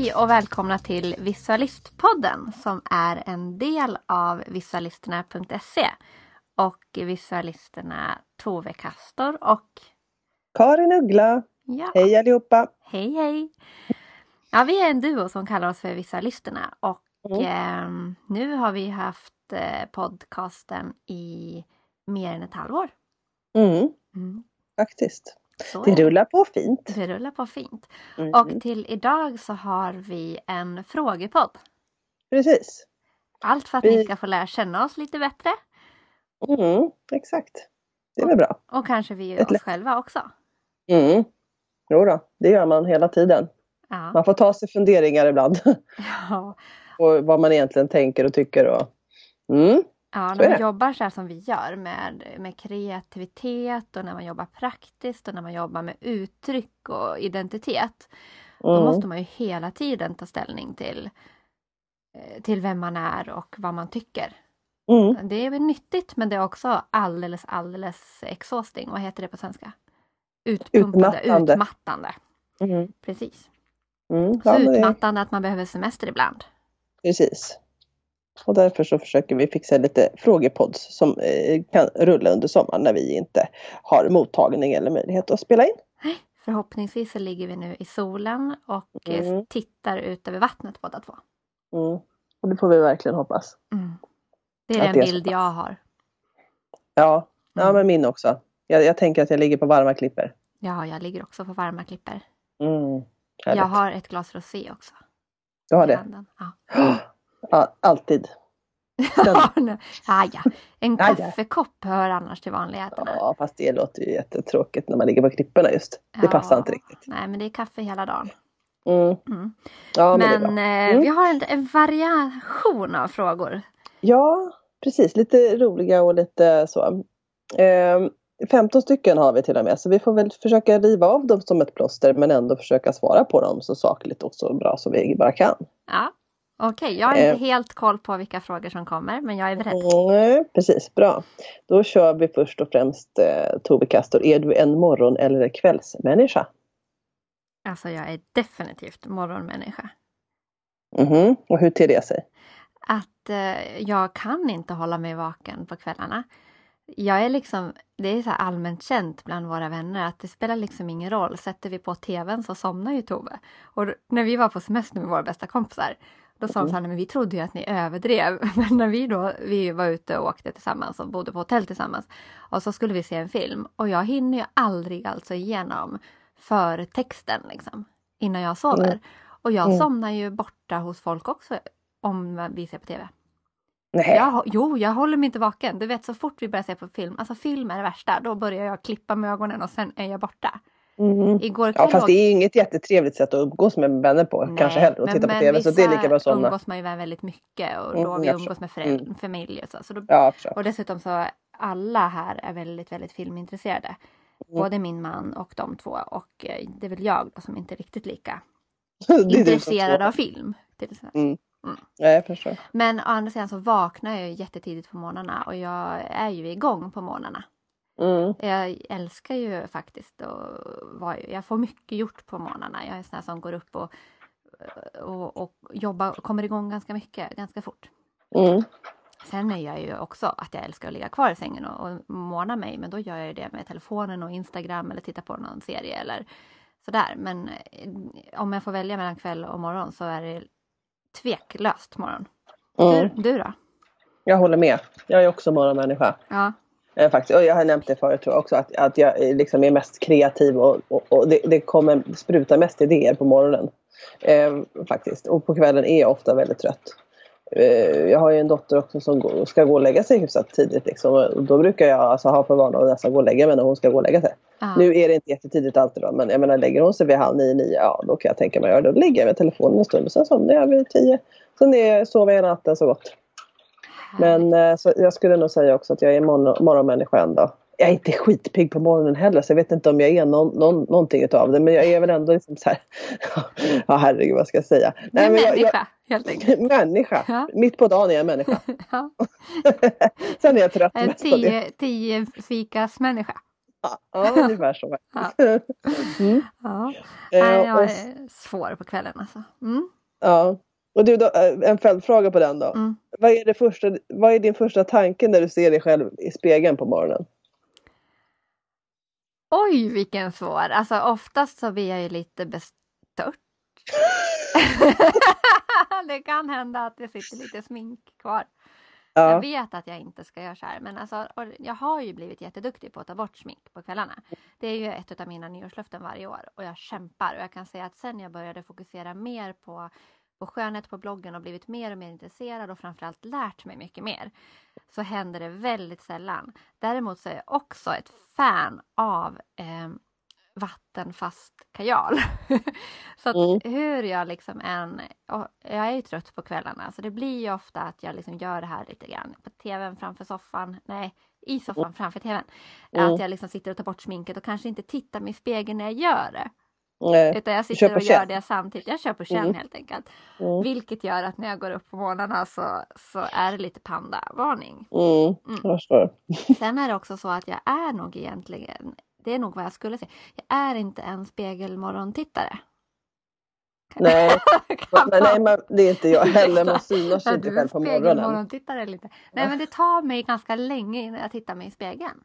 Hej och välkomna till Visualistpodden som är en del av visualisterna.se och visualisterna Tove Kastor och Karin Uggla. Ja. Hej allihopa. Hej hej. Ja, vi är en duo som kallar oss för Visualisterna och nu har vi haft podcasten i mer än ett halvår. Faktiskt. Så det rullar på fint. Det rullar på fint. Och till idag så har vi en frågepodd. Precis. Allt för att ni ska få lära känna oss lite bättre. Exakt. Det är väl bra. Och kanske vi oss själva också. Jo då, det gör man hela tiden. Ja. Man får ta sig funderingar ibland. Ja. Och vad man egentligen tänker och tycker. Och... Ja, när man jobbar så här som vi gör med kreativitet och när man jobbar praktiskt och när man jobbar med uttryck och identitet. Då måste man ju hela tiden ta ställning till vem man är och vad man tycker. Det är väl nyttigt, men det är också alldeles exhausting. Vad heter det på svenska? Utmattande. Precis. Så utmattande att man behöver semester ibland. Precis. Och därför så försöker vi fixa lite frågepods som kan rulla under sommaren när vi inte har mottagning eller möjlighet att spela in. Förhoppningsvis så ligger vi nu i solen och tittar ut över vattnet båda två. Och det får vi verkligen hoppas. Det är den bild jag har. Ja, men min också. Jag tänker att jag ligger på varma klipper. Ja, jag ligger också på varma klipper. Jag har ett glas rosé också. Du har det? Ja, alltid. En kaffekopp hör annars till vanligheterna. Ja, fast det låter ju jättetråkigt när man ligger på klipporna just. Det passar inte riktigt. Nej, men det är kaffe hela dagen. Ja, men vi har en variation av frågor. Ja, precis. Lite roliga och lite så. 15 stycken har vi till och med. Så vi får väl försöka riva av dem som ett plåster. Men ändå försöka svara på dem så sakligt och så bra som vi bara kan. Ja, okej. Jag har inte helt koll på vilka frågor som kommer. Men jag är beredd. Precis, bra. Då kör vi först och främst Tove Kastor. Är du en morgon- eller kvällsmänniska? Alltså jag är definitivt morgonmänniska. Och hur ter det sig? Att jag kan inte hålla mig vaken på kvällarna. Jag är liksom, det är så här allmänt känt bland våra vänner att det spelar liksom ingen roll. Sätter vi på tvn så somnar ju Tove. Och när vi var på semester med våra bästa kompisar, då sa de så här, men vi trodde ju att ni överdrev. Men när vi var ute och åkte tillsammans och bodde på hotell tillsammans. Och så skulle vi se en film. Och jag hinner ju aldrig alltså igenom förtexten liksom, innan jag sover. Och jag somnar ju borta hos folk också om vi ser på tv. Jag håller mig inte vaken. Du vet, så fort vi börjar se på film. Alltså film är det värsta. Då börjar jag klippa med ögonen och sen är jag borta. Fast det är ju inget jättetrevligt sätt att umgås med vänner på. Nej, kanske hellre att titta på tv. Så det är lika bra som umgås man ju väldigt mycket. Och då vi umgås med familj och så. Och dessutom så alla här är väldigt, väldigt filmintresserade. Både min man och de två. Och det är väl jag då, som inte är riktigt lika intresserad av film. Till exempel. Jag förstår. Men å andra sidan så vaknar jag jättetidigt på morgnarna. Och jag är ju igång på morgnarna. Jag älskar ju faktiskt jag får mycket gjort på morgnarna. Jag är sån här som går upp och jobbar, kommer igång ganska mycket, ganska fort. Sen är jag ju också att jag älskar att ligga kvar i sängen och måna mig. Men då gör jag det med telefonen och Instagram eller titta på någon serie eller sådär. Men om jag får välja mellan kväll och morgon så är det tveklöst morgon. Du då? Jag håller med. Jag är också morgonmänniska. Ja. Faktiskt. Och jag har nämnt det förut tror jag också. Att jag liksom är mest kreativ. Och det kommer spruta mest idéer på morgonen. Faktiskt. Och på kvällen är jag ofta väldigt trött. Jag har ju en dotter också som ska gå och lägga sig hyfsat tidigt. Liksom. Och då brukar jag alltså ha för vana att nästan gå och lägga mig när hon ska gå och lägga sig. Nu är det inte jättetidigt alltid då. Men jag menar, lägger hon sig vid 8:30, ja då kan jag tänka mig att då ligger jag med telefonen en stund. Och sen somnar jag vid 10. Sen sover jag natten så gott. Men så jag skulle nog säga också att jag är morgonmänniska ändå. Jag är inte skitpigg på morgonen heller. Så jag vet inte om jag är någonting utav det. Men jag är väl ändå liksom så här. Ja herregud vad ska jag säga. Nej, men människa helt enkelt. Människa. Ja. Mitt på dagen är jag människa. Ja. Sen är jag trött. En 10 fikas människa. Ja, ungefär så. Ja. Jag är svår på kvällen alltså. Ja. Och du då, en följdfråga på den då. Mm. Vad är din första tanke när du ser dig själv i spegeln på morgonen? Oj, vilken svår. Alltså oftast så blir jag ju lite bestört. Det kan hända att det sitter lite smink kvar. Jag Ja. vet att jag inte ska göra så här. Men alltså, och jag har ju blivit jätteduktig på att ta bort smink på kvällarna. Det är ju ett av mina nyårslöften varje år. Och jag kämpar. Och jag kan säga att sen jag började fokusera mer på skönhet på bloggen och blivit mer och mer intresserad och framförallt lärt mig mycket mer, så händer det väldigt sällan. Däremot så är jag också ett fan av vattenfast kajal. Så att hur jag liksom jag är ju trött på kvällarna, så det blir ju ofta att jag liksom gör det här lite grann på tvn framför soffan, i soffan framför tvn. Att jag liksom sitter och tar bort sminket och kanske inte tittar mig i spegeln när jag gör det. Utan jag sitter och gör det samtidigt. Jag kör på känn helt enkelt. Vilket gör att när jag går upp på morgnarna så är det lite panda-varning. Sen är det också så att jag är nog egentligen, det är nog vad jag skulle säga, jag är inte en spegelmorgontittare. Nej, men det är inte jag heller. Man synas inte själv på morgonen. Spegelmorgontittare eller inte? Nej, men det tar mig ganska länge innan jag tittar mig i spegeln.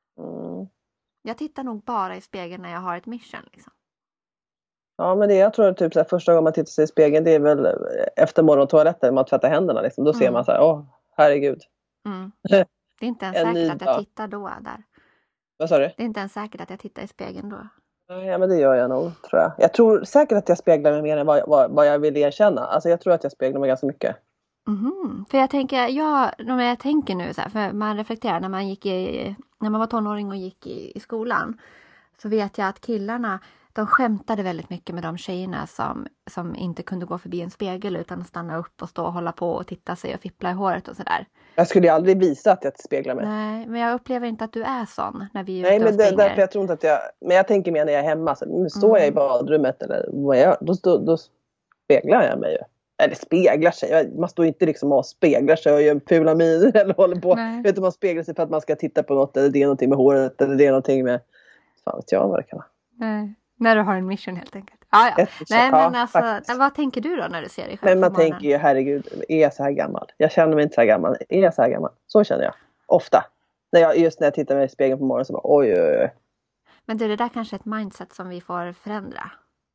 Jag tittar nog bara i spegeln när jag har ett mission liksom. Ja, men jag tror typ så här, första gången man tittar sig i spegeln, det är väl efter morgontoaletten, man tvättar händerna liksom. Då ser man så här, herregud. Det är inte ens säkert att jag tittar då där. Vad sa du? Det är inte ens säkert att jag tittar i spegeln då. Ja, men det gör jag nog, tror jag. Jag tror säkert att jag speglar mig mer än vad jag vill erkänna. Alltså jag tror att jag speglar mig ganska mycket. För jag tänker nu så här, för man reflekterar när man var tonåring och gick i skolan, så vet jag att killarna, de skämtade väldigt mycket med de tjejerna som inte kunde gå förbi en spegel utan stanna upp och stå och hålla på och titta sig och fippla i håret och sådär. Jag skulle ju aldrig visa att jag speglar mig. Nej, men jag upplever inte att du är sån när vi är Nej, ute och men springer. därför jag tror inte att men jag tänker mer när jag är hemma. Så står jag i badrummet eller vad jag gör, då speglar jag mig ju. Eller speglar sig. Man står inte liksom och speglar sig och gör fula miner eller håller på. Vet du, man speglar sig för att man ska titta på något, eller det är någonting med håret, eller det är någonting med, fan vet jag vad det kan vara. Nej, när du har en mission helt enkelt. Ja. Nej, men alltså, vad tänker du då när du ser dig själv? Men man tänker ju, herregud, är jag så här gammal? Jag känner mig inte så här gammal. Är jag så här gammal? Så känner jag. Ofta. Just när jag tittar mig i spegeln på morgonen så bara, oj. Men det där kanske är ett mindset som vi får förändra.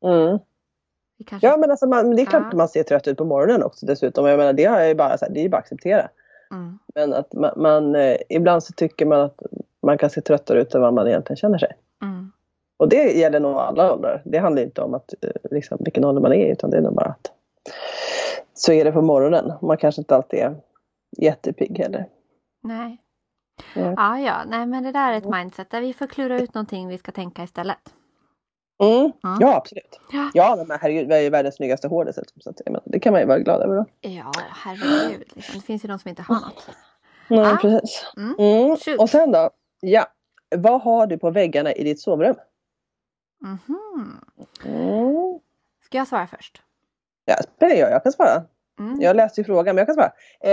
Ja, men alltså det är klart att man ser trött ut på morgonen också dessutom. Jag menar, det är ju bara så här, det är ju bara att acceptera. Men att man ibland så tycker man att man kan se tröttare ut än vad man egentligen känner sig. Och det gäller nog alla åldrar. Det handlar inte om att liksom, vilken ålder man är, utan det är nog bara att så är det på morgonen. Man kanske inte alltid är jättepigg heller. Nej. Ja. Nej, men det där är ett mindset där vi får klura ut någonting vi ska tänka istället. Ja, absolut. Ja, men herregud, vi är ju världens snyggaste hår dessutom. Så att, det kan man ju vara glad över då. Ja, herregud. Liksom. Det finns ju de som inte har något. Nej, precis. Och sen då? Ja. Vad har du på väggarna i ditt sovrum? Ska jag svara först? Ja, jag kan svara. Jag läste ju frågan, men jag kan svara.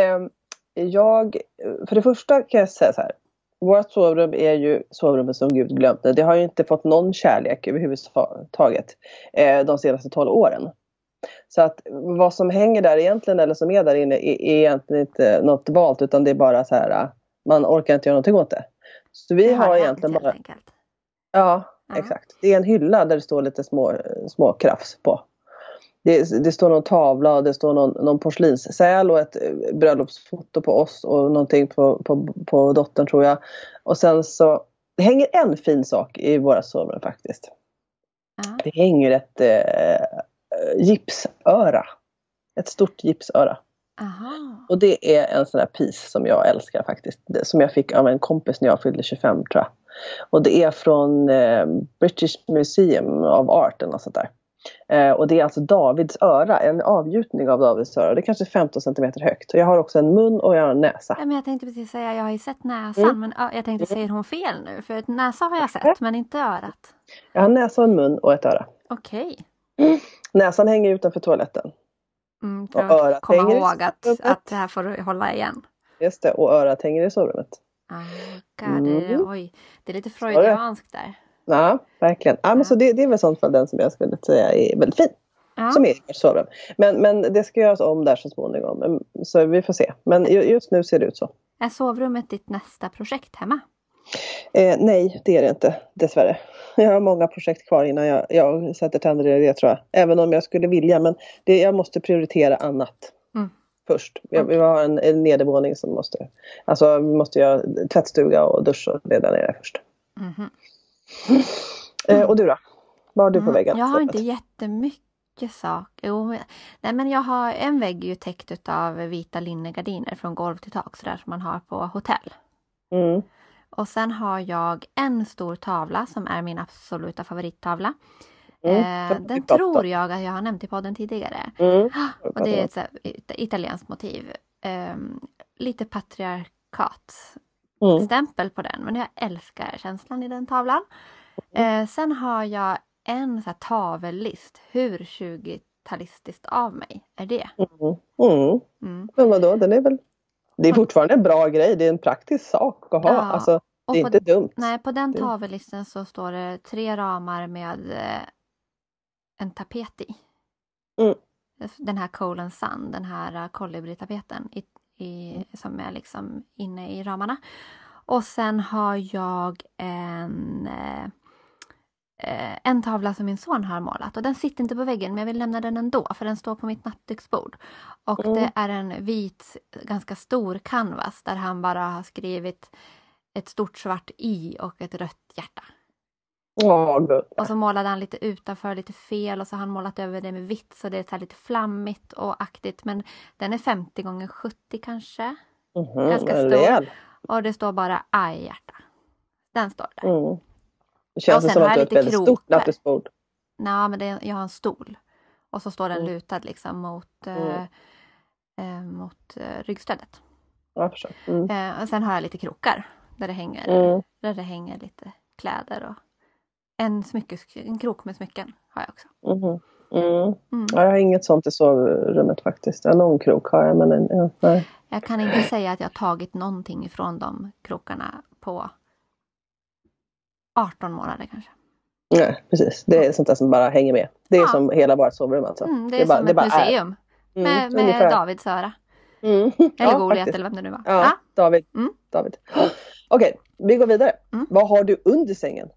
För det första kan jag säga så här. Vårt sovrum är ju sovrummet som Gud glömde. Det har ju inte fått någon kärlek överhuvudtaget de senaste 12 åren. Så att vad som hänger där egentligen, eller som är där inne, är egentligen inte något valt, utan det är bara så här, man orkar inte göra någonting åt det. Så vi har egentligen bara... Ja, exakt. Det är en hylla där det står lite små krafs på. Det står någon tavla och det står någon porslinssäl och ett bröllopsfoto på oss och någonting på dottern, tror jag. Och sen så, det hänger en fin sak i våra sovrum faktiskt. Det hänger ett gipsöra. Ett stort gipsöra. Och det är en sån här piece som jag älskar faktiskt. Som jag fick av en kompis när jag fyllde 25, tror jag. Och det är från British Museum of Art eller något sånt där. Och det är alltså Davids öra, en avgjutning av Davids öra. Det är kanske 15 cm högt. Och jag har också en mun och jag har en näsa. Ja, men jag tänkte precis säga, jag har ju sett näsan. Men jag tänkte, säger hon fel nu? För ett näsa har jag sett, men inte örat. Jag har en näsa, en mun och ett öra. Okej. Näsan hänger utanför toaletten. För att örat komma ihåg att det här får du hålla igen. Just det, och örat hänger i sovrummet. Oj, det är lite freudianskt där. Ja, verkligen. Ja, men så det är väl sånt fall den som jag skulle säga är väldigt fin. som är i vårt sovrum. Men det ska göras om där så småningom. Så vi får se. Men just nu ser det ut så. Är sovrummet ditt nästa projekt hemma? Nej, det är det inte, dessvärre. Jag har många projekt kvar innan jag sätter tänder i det, tror jag. Även om jag skulle vilja, men jag måste prioritera annat först. Vi har en nedervåning som vi måste göra tvättstuga och dusch och det där nere först. Och du då? Vad har du på väggen? Jag har inte jättemycket saker. Men jag har en vägg ju täckt av vita linnegardiner från golv till tak, sådär som man har på hotell. Och sen har jag en stor tavla som är min absoluta favorittavla. Den tror jag att jag har nämnt i podden tidigare. Och det är ett italienskt motiv. Lite patriarkat-stämpel på den. Men jag älskar känslan i den tavlan. Sen har jag en så här tavellist. Hur 20-talistiskt av mig är det? Men vadå, den är väl... Det är fortfarande en bra grej. Det är en praktisk sak att ha. Alltså, det är inte dumt. Nej, på den tavellisten så står det 3 ramar med en tapet i. Den här Cole & Son, den här kolibritapeten som är liksom inne i ramarna. Och sen har jag en tavla som min son har målat. Och den sitter inte på väggen, men jag vill lämna den ändå. För den står på mitt nattduksbord. Och det är en vit, ganska stor canvas. Där han bara har skrivit ett stort svart i och ett rött hjärta. Och så målade han lite utanför, lite fel. Och så har han målat över det med vitt. Så det är så här lite flammigt och aktigt. Men den är 50x70 kanske. Ganska stor. Och det står bara aj-hjärta. Den står där. Det känns som att du har ett väldigt stort nattduksbord. Nej, men jag har en stol. Och så står den lutad liksom mot ryggstödet. Jag förstår. Och sen har jag lite krokar där det hänger lite kläder och en krok med smycken har jag också. Ja, jag har inget sånt i sovrummet faktiskt. Någon krok har jag, men nej. Jag kan inte säga att jag har tagit någonting ifrån de krokarna på 18 månader kanske. Nej, precis. Det är sånt där som bara hänger med. Det är som hela vårt sovrum alltså. Det är som ett museum. Med Davids öra. Eller Goliat eller vem det nu var. Ja, David. Okej, vi går vidare. Vad har du under sängen?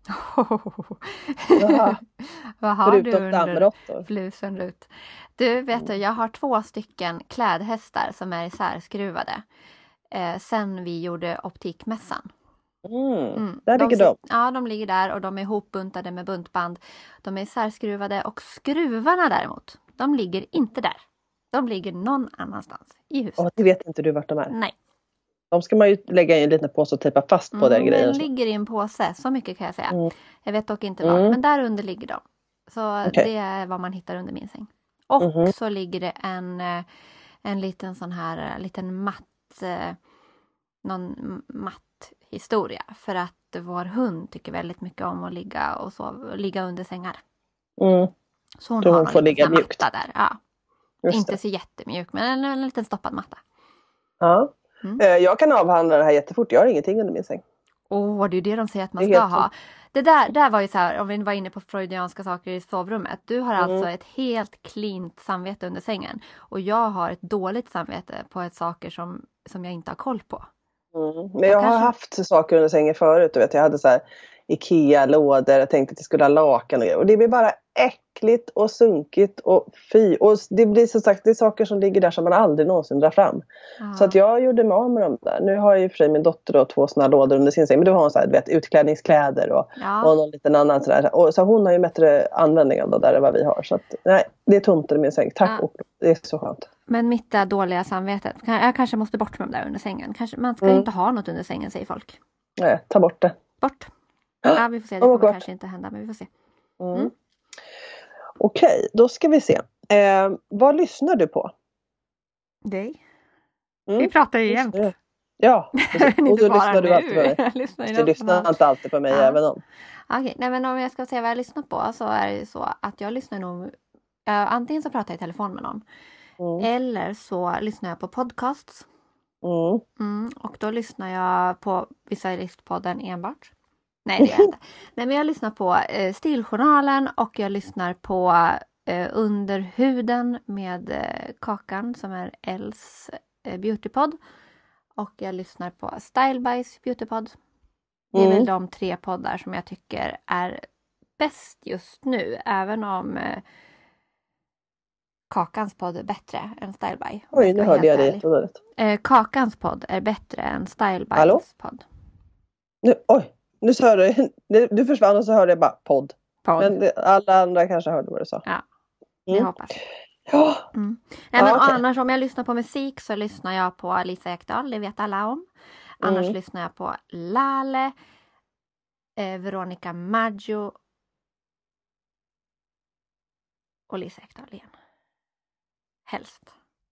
Vad har du under blusen Rut? Du, vet du, jag har 2 stycken klädhästar som är isärskruvade. Sen vi gjorde optikmässan. Där ligger de. Ja, de ligger där och de är ihopbuntade med buntband. De är särskruvade och skruvarna däremot, de ligger inte där. De ligger någon annanstans i huset. Det vet inte du vart de är? Nej. De ska man ju lägga i en liten påse och tejpa fast på den grejen. Den ligger i en påse, så mycket kan jag säga. Jag vet dock inte vad, men där under ligger de. Så det är vad man hittar under min säng. Och så ligger det en liten sån här, liten matt historia. För att vår hund tycker väldigt mycket om att ligga under sängar. Så hon har en liten matta där. Ja. Inte så jättemjuk, men en liten stoppad matta. Ja. Jag kan avhandla det här jättefort. Jag har ingenting under min säng. Det är det de säger att man ska ha. Det där var ju så här, om vi var inne på freudianska saker i sovrummet. Du har alltså ett helt cleant samvete under sängen. Och jag har ett dåligt samvete på ett saker som jag inte har koll på. Men jag har haft saker under sängen förut. Du vet, jag hade så här Ikea-lådor. Jag tänkte att jag skulle ha lakan och grejer. Och det blir bara äckligt och sunkigt och fy. Och det blir så sagt, det är saker som ligger där som man aldrig någonsin drar fram. Så att jag gjorde mig av med dem där. Nu har ju för sig min dotter då 2 såna lådor under sin säng. Men då har hon så här, du vet, utklädningskläder och någon liten annan sådär. Och så hon har ju bättre användning av det där än vad vi har. Så att nej, det är tomt i min säng. Tack och det är så skönt. Men mitt dåliga samvetet. Jag kanske måste bort med dem där under sängen. Man ska ju inte ha något under sängen, säger folk. Nej, ta bort det. Bort. Ja, vi får se. Det kommer kanske inte hända, men vi får se. Okej, då ska vi se. Vad lyssnar du på? Dig. Vi pratar ju jämt. Ja, och då lyssnar du alltid på mig. Du lyssnar inte alltid på mig även om. Okej, nej, men om jag ska se vad jag lyssnar på så är det ju så att jag lyssnar nog... antingen så pratar jag i telefon med någon. Eller så lyssnar jag på podcasts. Och då lyssnar jag på Visualistpodden enbart. Nej, det gör jag inte. Nej, men jag lyssnar på Stiljournalen och jag lyssnar på Under huden med Kakan som är Els beautypodd. Och jag lyssnar på Stylebys beautypodd. Det är väl de 3 poddar som jag tycker är bäst just nu. Även om Kakans podd är bättre än Styleby. Oj, nu hörde jag det jättedåligt. Kakans podd är bättre än Stylebys podd. Nu hörde du försvann och så hörde jag bara podd. Men alla andra kanske hörde vad du sa. Ja, det hoppas jag. Ja. Nej, men annars om jag lyssnar på musik så lyssnar jag på Lisa Ekdahl, det vet alla om. Annars lyssnar jag på Lale, Veronica Maggio och Lisa Ekdahl igen. Helst.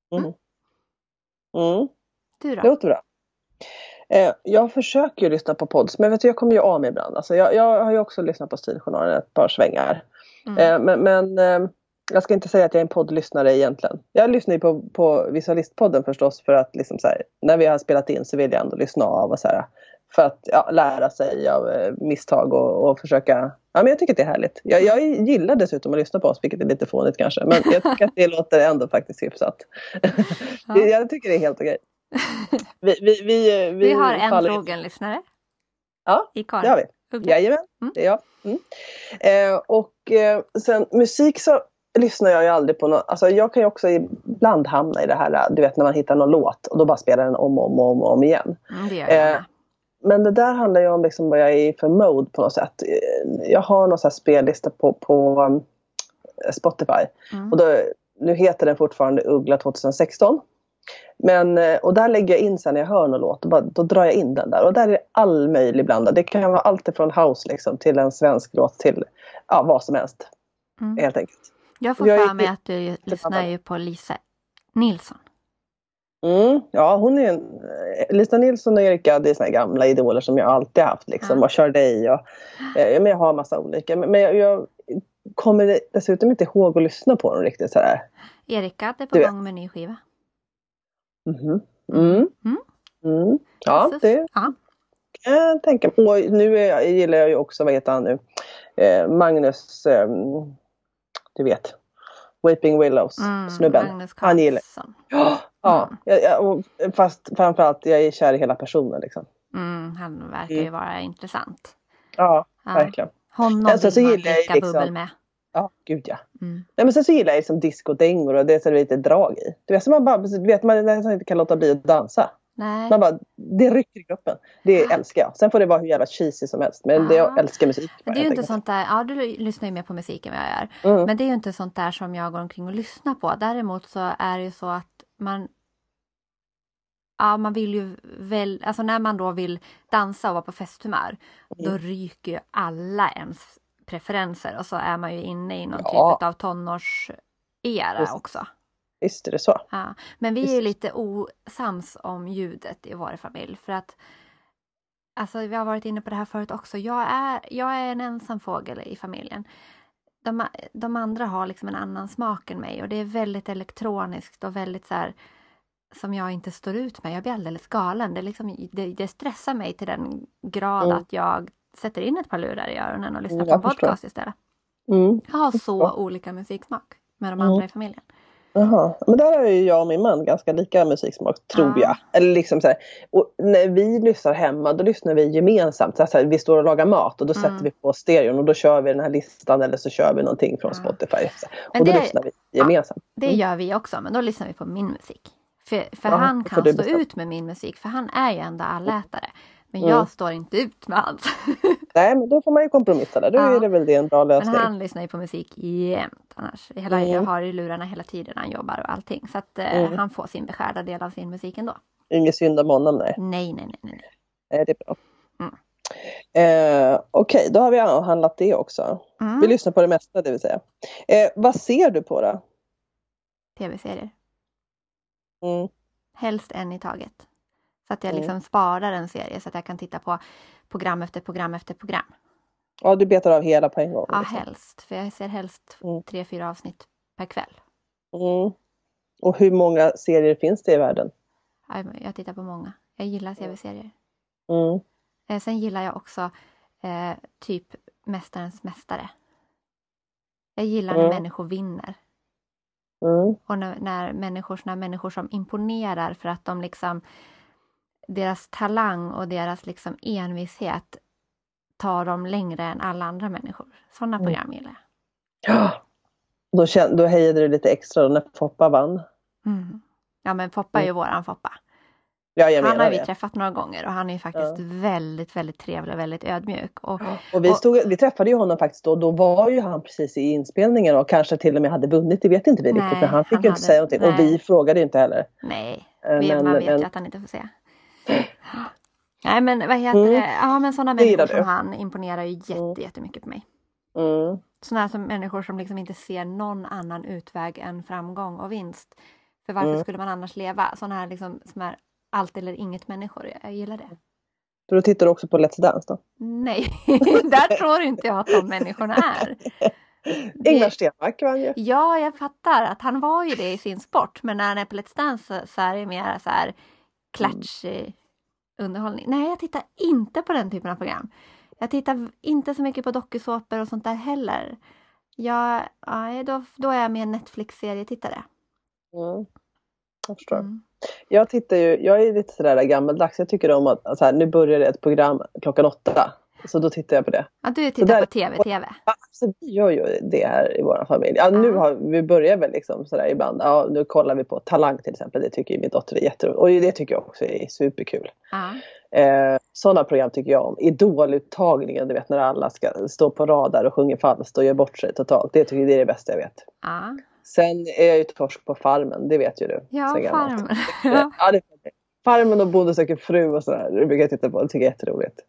Du då? Det låter bra. Jag försöker ju lyssna på pods, men vet du, jag kommer ju av mig ibland. Alltså, jag har ju också lyssnat på Stiljournalen ett par svängar. Men jag ska inte säga att jag är en poddlyssnare egentligen. Jag lyssnar ju på Visualistpodden förstås, för att liksom så här, när vi har spelat in så vill jag ändå lyssna av och så här, för att lära sig av misstag och försöka. Ja, men jag tycker att det är härligt. Jag gillar dessutom att lyssna på oss, vilket är lite fånigt kanske, men jag tycker att det låter ändå faktiskt hyfsat. Jag tycker det är helt okej. Vi har en trogen lyssnare. Ja, det har vi. Jajamän, det är jag. Och sen musik så lyssnar jag ju aldrig på något. Alltså jag kan ju också ibland hamna i det här, du vet, när man hittar någon låt och då bara spelar den om igen. Det gör jag. Men det där handlar ju om liksom vad jag är i för mode på något sätt. Jag har någon sån här spellista på Spotify. Och nu heter den fortfarande Uggla 2016. Men, och där lägger jag in sen när jag hör någon låt. Då drar jag in den där. Och där är all möjlig blandad. Det kan vara allt från house liksom, till en svensk låt till vad som helst. Helt enkelt. Jag får för mig att du lyssnar ju på Lisa Nilsson. Ja, hon är Lisa Nilsson och Erika, det är såna gamla idoler som jag alltid haft liksom. Och kör dig och men jag har massa olika. Men jag kommer dessutom inte ihåg att lyssna på dem riktigt så här. Erika är på gång med en ny skiva. Ja, det kan jag tänka. Och nu gillar jag ju också, vad heter han nu? Magnus, du vet, Weeping Willows, snubben. Magnus Han gillar. Ja, fast framförallt jag är kär i hela personen liksom. Han verkar ju vara intressant. Ja, verkligen. Honom vill man dricka liksom, bubbel med. Ja, gud ja. Nej, men sen så gillar jag liksom discodängor och det är så lite drag i. Du vet, så man bara, vet man nästan inte kan låta bli att dansa. Nej. Man bara, det rycker i kroppen. Det älskar jag. Sen får det vara hur jävla cheesy som helst. Men jag älskar musik. Det är ju inte sånt där, du lyssnar ju mer på musik än vad jag gör. Men det är ju inte sånt där som jag går omkring och lyssnar på. Däremot så är det ju så att man vill ju väl, alltså när man då vill dansa och vara på festhumör, då ryker ju alla ens preferenser och så är man ju inne i någon typ av tonårsera också. Visst är det så. Ja, men vi är ju lite osams om ljudet i vår familj, för att alltså vi har varit inne på det här förut också. Jag är en ensam fågel i familjen. De andra har liksom en annan smak än mig och det är väldigt elektroniskt och väldigt så här som jag inte står ut med. Jag blir alldeles galen. Det stressar mig till den grad att jag sätter in ett par lurar i öronen och lyssnar på en podcast istället. Jag har så olika musiksmak med de andra i familjen. Jaha, men där är ju jag och min man ganska lika musiksmak, tror jag. Eller liksom så här. Och när vi lyssnar hemma, då lyssnar vi gemensamt. Så här, vi står och lagar mat och då sätter vi på stereon och då kör vi den här listan eller så kör vi någonting från Spotify. Och då lyssnar vi gemensamt. Det gör vi också, men då lyssnar vi på min musik. För han kan stå ut med min musik, för han är ju ändå allätare. Men jag står inte ut med allt. Nej, men då får man ju kompromissa där. Då är det väl en bra lösning. Men han lyssnar ju på musik jämt annars. Jag har ju lurarna hela tiden när han jobbar och allting. Så att han får sin beskärda del av sin musik ändå. Ingen synd om honom, nej. Nej. Det är bra. Okej, då har vi handlat det också. Vi lyssnar på det mesta, det vill säga. Vad ser du på då? TV-serier. Helst en i taget. Så att jag liksom sparar en serie så att jag kan titta på program efter program efter program. Ja, du betar av hela på en gång. Ja, liksom. Helst. För jag ser helst 3-4 avsnitt per kväll. Och hur många serier finns det i världen? Jag tittar på många. Jag gillar tv-serier. Sen gillar jag också typ Mästarens mästare. Jag gillar när människor vinner. Mm. Och när människor som imponerar för att de liksom, deras talang och deras liksom envishet tar dem längre än alla andra människor. Sådana program gillar jag. Ja, då hejade du lite extra när Foppa vann. Mm. Ja, men Foppa är ju våran Foppa. Ja, jag Han menar har vi det. träffat några gånger och han är ju faktiskt väldigt, väldigt trevlig och väldigt ödmjuk. Och vi träffade ju honom faktiskt då var ju han precis i inspelningen och kanske till och med hade vunnit, det vet inte vi riktigt, men han fick ju inte säga någonting och vi frågade inte heller. Nej, man vet ju att han inte får se. Nej, men vad heter det? Ja, men sådana människor som han imponerar ju jättemycket på mig. Sådana som människor som liksom inte ser någon annan utväg än framgång och vinst. För varför skulle man annars leva? Sådana här liksom, som är allt eller inget människor. Jag gillar det. Så då tittar du också på Let's Dance då? Nej, där tror inte jag att de människorna är. Ingvar Stenmark vann ju. Ja, jag fattar att han var ju det i sin sport. Men när han är på Let's Dance så är det mer så här klatschig underhållning. Nej, jag tittar inte på den typen av program. Jag tittar inte så mycket på dokusåpor och sånt där heller. Då är jag mer Netflix-serietittare. Jag förstår. Jag är lite sådär gammaldags. Jag tycker om att så här, nu börjar det ett program klockan 8. Så då tittar jag på det. Ja, du tittar på TV. Ja, så vi gör ju det här i vår familj. Ja, nu vi börjar väl liksom sådär ibland. Ja, nu kollar vi på Talang till exempel. Det tycker min dotter är jätteroligt. Och det tycker jag också är superkul. Sådana program tycker jag om. Idoluttagningen, du vet när alla ska stå på radar och sjunga falskt och gör bort sig totalt. Det tycker jag är det bästa jag vet. Sen är jag ju torsk på Farmen, det vet ju du. Ja, Farmen. Ja, Farmen och Bonde söker fru och sådär. Det brukar jag titta på, det tycker jag är jätteroligt.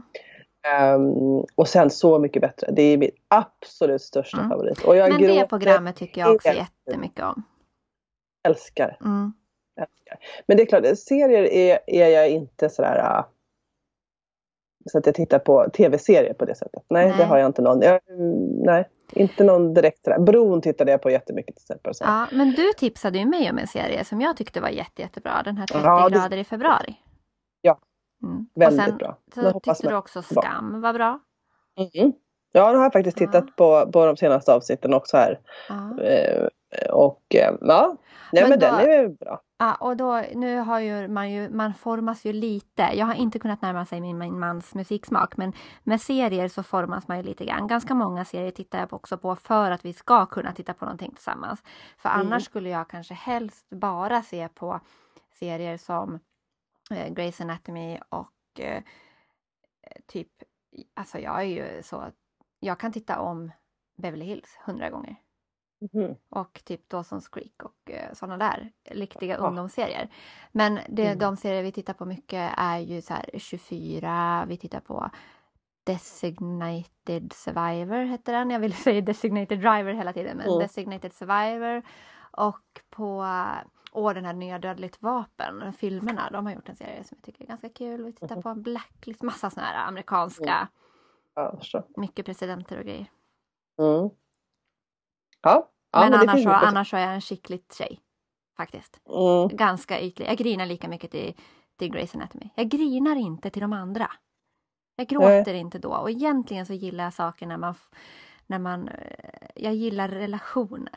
Och sen Så mycket bättre. Det är min absolut största favorit. Och men det programmet tycker jag också jättemycket om. Älskar. Men det är klart, serier är jag inte sådär så att jag tittar på tv-serier på det sättet. Nej, det har jag inte någon. Nej, inte någon direkt sådär. Bron tittade jag på jättemycket till exempel. Så. Ja, men du tipsade ju mig om en serie som jag tyckte var jättebra. Den här 30 grader i februari. Ja, väldigt bra. Så tyckte du också Skam var bra? Ja, nu har jag faktiskt tittat på de senaste avsnitten också här. Men den är ju bra. Ja, och då, nu har ju man formas ju lite. Jag har inte kunnat närma sig min mans musiksmak, men med serier så formas man ju lite grann. Ganska många serier tittar jag också på för att vi ska kunna titta på någonting tillsammans. För annars skulle jag kanske helst bara se på serier som Grey's Anatomy och typ, alltså jag är ju så, jag kan titta om Beverly Hills 100 gånger. Och typ Dawson's Creek och sådana där riktiga ungdomsserier. Men de serier vi tittar på mycket är ju så här 24, vi tittar på Designated Survivor heter den. Jag vill säga Designated Driver hela tiden, men Designated Survivor och på den här nya Dödligt vapen, filmerna, de har gjort en serie som jag tycker är ganska kul. Vi tittar på Blacklist, massa såna här amerikanska mycket presidenter och grejer. Men annars är jag en skickligt tjej. Faktiskt. Ganska ytlig. Jag grinar lika mycket till Grey's Anatomy. Jag grinar inte till de andra. Jag gråter inte då. Och egentligen så gillar jag saker när man jag gillar relationer.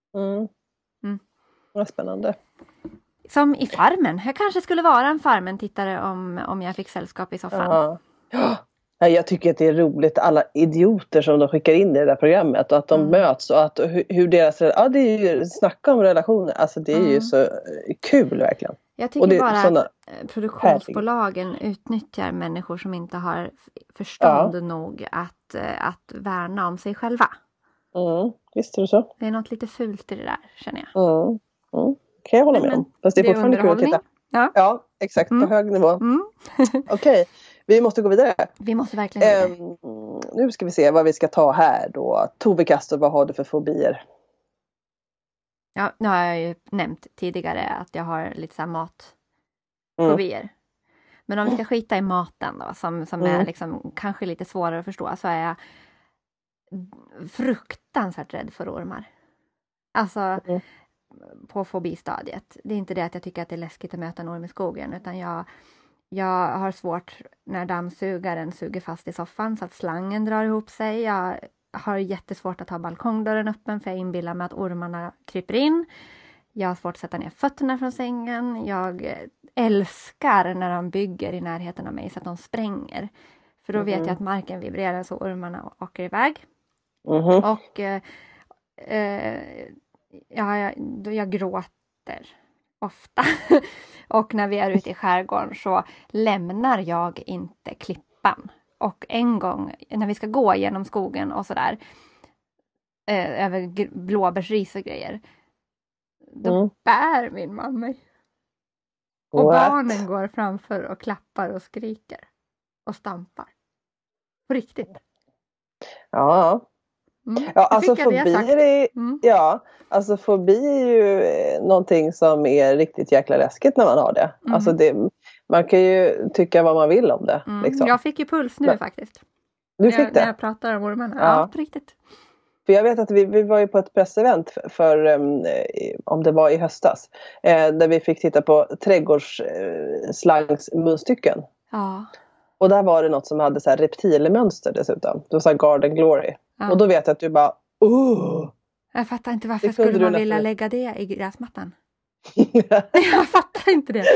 Vad spännande. Som i Farmen. Jag kanske skulle vara en Farmen-tittare om jag fick sällskap i soffan. Jag tycker att det är roligt, alla idioter som de skickar in i det där programmet och att de möts och att hur deras, det är ju snacka om relationer, alltså det är ju så kul verkligen. Jag tycker bara att produktionsbolagen utnyttjar människor som inte har förstånd nog att värna om sig själva. Visst är det så. Det är något lite fult i det där, känner jag. Kan jag hålla med om. Fast det är fortfarande kul att titta. Ja, exakt, på hög nivå. Okej. Vi måste gå vidare. Vi måste verkligen nu ska vi se vad vi ska ta här då. Tove Kastor, vad har du för fobier? Ja, nu har jag ju nämnt tidigare att jag har lite så här matfobier. Men om vi ska skita i maten då, som är liksom kanske lite svårare att förstå, så är jag fruktansvärt rädd för ormar. Alltså på fobistadiet. Det är inte det att jag tycker att det är läskigt att möta en orm i skogen, utan jag har svårt när dammsugaren suger fast i soffan så att slangen drar ihop sig. Jag har jättesvårt att ha balkongdörren öppen för jag inbillar mig att ormarna kryper in. Jag har svårt att sätta ner fötterna från sängen. Jag älskar när de bygger i närheten av mig så att de spränger. För då vet jag att marken vibrerar så ormarna åker iväg. Och jag gråter ofta. Och när vi är ute i skärgården så lämnar jag inte klippan. Och en gång när vi ska gå genom skogen och sådär över blåbärsris och grejer, då bär min man mig. Och barnen går framför och klappar och skriker och stampar. På riktigt. Ja. Ja, alltså fobi är ju någonting som är riktigt jäkla läskigt när man har det. Alltså man kan ju tycka vad man vill om det. Liksom. Jag fick ju puls nu faktiskt. Du fick det? När jag pratar om ormarna. Ja, på riktigt. För jag vet att vi var ju på ett pressevent för om det var i höstas. Där vi fick titta på trädgårdsslangs munstycken. Ja. Och där var det något som hade så här reptilmönster dessutom. Det var så här Garden Glory. Ja. Och då vet jag att du bara Jag fattar inte varför skulle man vilja lägga det i gräsmattan. Jag fattar inte det.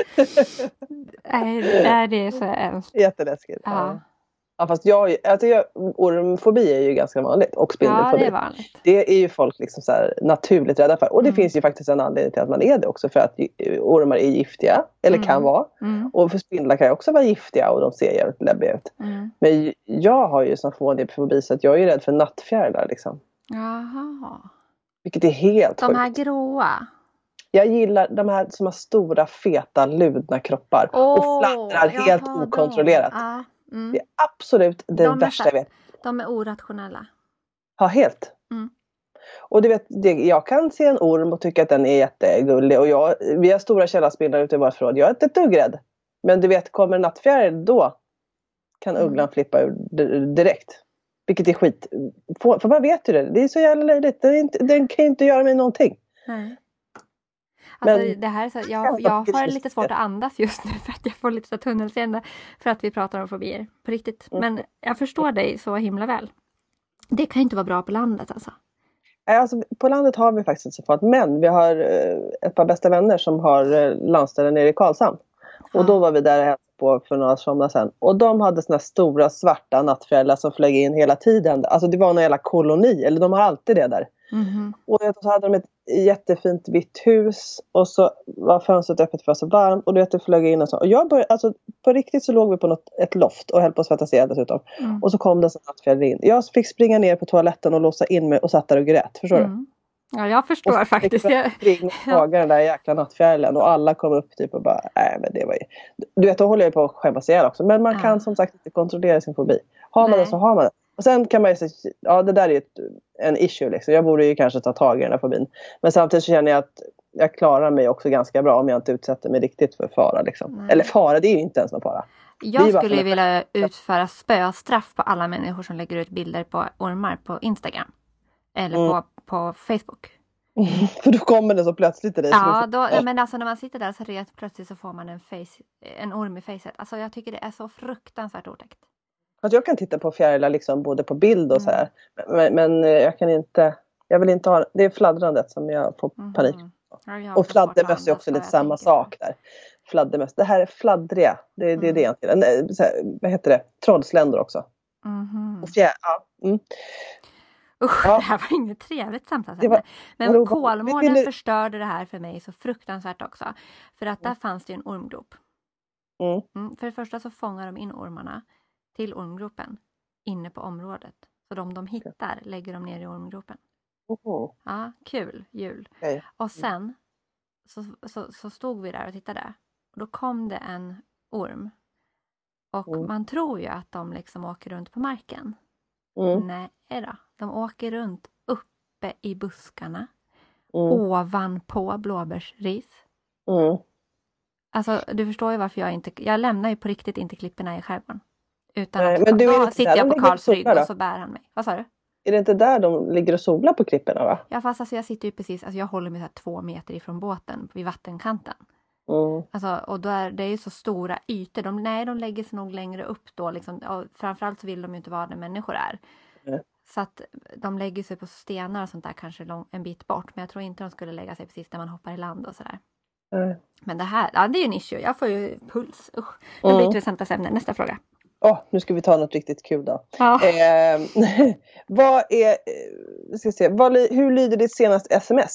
Nej, det är så hemskt. Jätteläskigt. Ja. Ja, fast ormfobi är ju ganska vanligt. Och spindelfobi. Ja, det är vanligt. Det är ju folk liksom så här naturligt rädda för. Och det finns ju faktiskt en anledning till att man är det också. För att ormar är giftiga. Eller kan vara. Och för spindlar kan ju också vara giftiga. Och de ser jävligt läbbiga ut. Men jag har ju sån fånfobi så att jag är ju rädd för nattfjärilar liksom. Jaha. Vilket är helt de här gråa. Jag gillar de här som har stora, feta, ludna kroppar. Och fladdrar helt okontrollerat. Det är absolut det värsta jag vet. De är orationella. Ja, helt. Och du vet, jag kan se en orm och tycka att den är jättegullig. Och vi har stora källarspindlar ute i vårt förråd. Jag är inte ett dugg rädd. Men du vet, kommer en nattfjäril då kan ugglan flippa ur direkt. Vilket är skit. För man vet ju det. Det är så jävla löjligt. Den kan ju inte göra mig någonting. Nej. Alltså det här är så, jag har lite svårt att andas just nu för att jag får lite så tunnelseende för att vi pratar om fobier. På riktigt. Men jag förstår dig så himla väl. Det kan ju inte vara bra på landet alltså. Alltså på landet har vi faktiskt inte så farligt. Men vi har ett par bästa vänner som har landställen nere i Karlshamn. Och då var vi där på för några somrar sedan. Och de hade såna stora svarta nattfjärilar som flög in hela tiden. Alltså det var en jävla koloni. Eller de har alltid det där. Och så hade de ett jättefint vitt hus. Och så var fönstret öppet för så varmt. Och det flög in och så. Och jag började, alltså på riktigt så låg vi på ett loft. Och höll på att svettas ihjäl dessutom. Och så kom det en nattfjäril in. Jag fick springa ner på toaletten och låsa in mig. Och satt där och grät. Förstår du? Ja, jag förstår faktiskt. Jag fick fråga den där jäkla nattfjärilen. Och alla kom upp typ och bara, nej men det var ju... Du vet, då håller jag på att skämmas ihjäl också. Men man kan som sagt inte kontrollera sin fobi. Har man det så har man det. Och sen kan man ju säga, ja det där är ju en issue liksom. Jag borde ju kanske ta tag i den här fobin. Men samtidigt så känner jag att jag klarar mig också ganska bra om jag inte utsätter mig riktigt för fara liksom. Eller fara, det är ju inte ens någon fara. Jag skulle vilja utföra spöstraff på alla människor som lägger ut bilder på ormar på Instagram. Eller på Facebook. För då kommer det så plötsligt till dig. Ja, men alltså när man sitter där så rätt plötsligt så får man en orm i facet. Alltså jag tycker det är så fruktansvärt otäckt. Att jag kan titta på fjärilar liksom både på bild och så här. Men jag kan inte, jag vill inte ha, det är fladdrandet som jag får panik. Och fladdermöss är också lite samma sak där. Fladdermöss, det här är fladdriga. Det är det egentligen. Vad heter det? Trollsländor också. Och Usch, det här var inget trevligt samtal. Men Kolmården förstörde det här för mig så fruktansvärt också. För att där fanns det en ormgrop. För det första så fångar de in ormarna till ormgropen inne på området. Så de hittar lägger de ner i ormgropen. Ja, kul, jul. Okay. Och sen så stod vi där och tittade. Och då kom det en orm. Och man tror ju att de liksom åker runt på marken. Nej då. De åker runt uppe i buskarna. Ovanpå blåbärsris. Alltså du förstår ju varför jag lämnar ju på riktigt inte klipporna i skärgården. Utan att då sitter jag på Karls rygg och så bär han mig. Vad sa du? Är det inte där de ligger och solar på klipporna va? Ja fast alltså jag sitter ju precis, alltså jag håller mig så här 2 meter ifrån båten vid vattenkanten. Alltså, och det är ju så stora ytor. De lägger sig nog längre upp då liksom, och framförallt så vill de ju inte vara där människor är. Så att de lägger sig på stenar och sånt där kanske en bit bort. Men jag tror inte de skulle lägga sig precis där man hoppar i land och sådär. Men det här, ja det är ju en issue. Jag får ju puls. Usch. Nu byter vi samtalsämne. Nästa fråga. Nu ska vi ta något riktigt kul då. Ja. Hur lyder ditt senaste sms?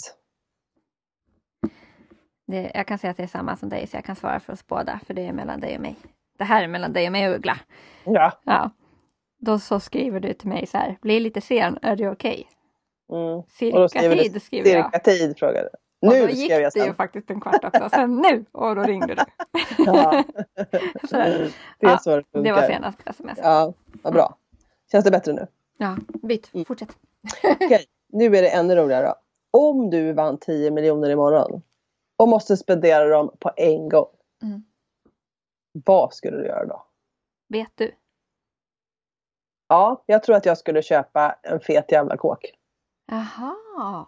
Jag kan säga att det är samma som dig, så jag kan svara för oss båda. För det är mellan dig och mig. Det här är mellan dig och mig och Uggla. Ja. Då så skriver du till mig så här. Blir lite sen, är det okej? Cirka-tid skriver jag. Cirka-tid frågade och nu då gick det ju faktiskt en kvart också. Sen nu, och då ringde du. Ja. Det är så det funkar. Det var senast på sms. Ja, vad bra. Känns det bättre nu? Ja, byt. Fortsätt. Okej, nu är det ännu roligare då. Om du vann 10 miljoner imorgon och måste spendera dem på en gång. Vad skulle du göra då? Vet du? Ja, jag tror att jag skulle köpa en fet jävla kåk. Jaha.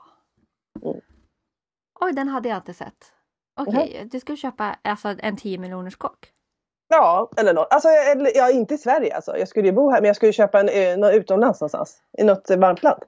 Oj, den hade jag inte sett. Okej, du skulle köpa alltså en 10 miljoners kåk. Ja, eller något. Alltså, inte i Sverige alltså. Jag skulle ju bo här, men jag skulle köpa en utomlands någonstans. I något varmt land.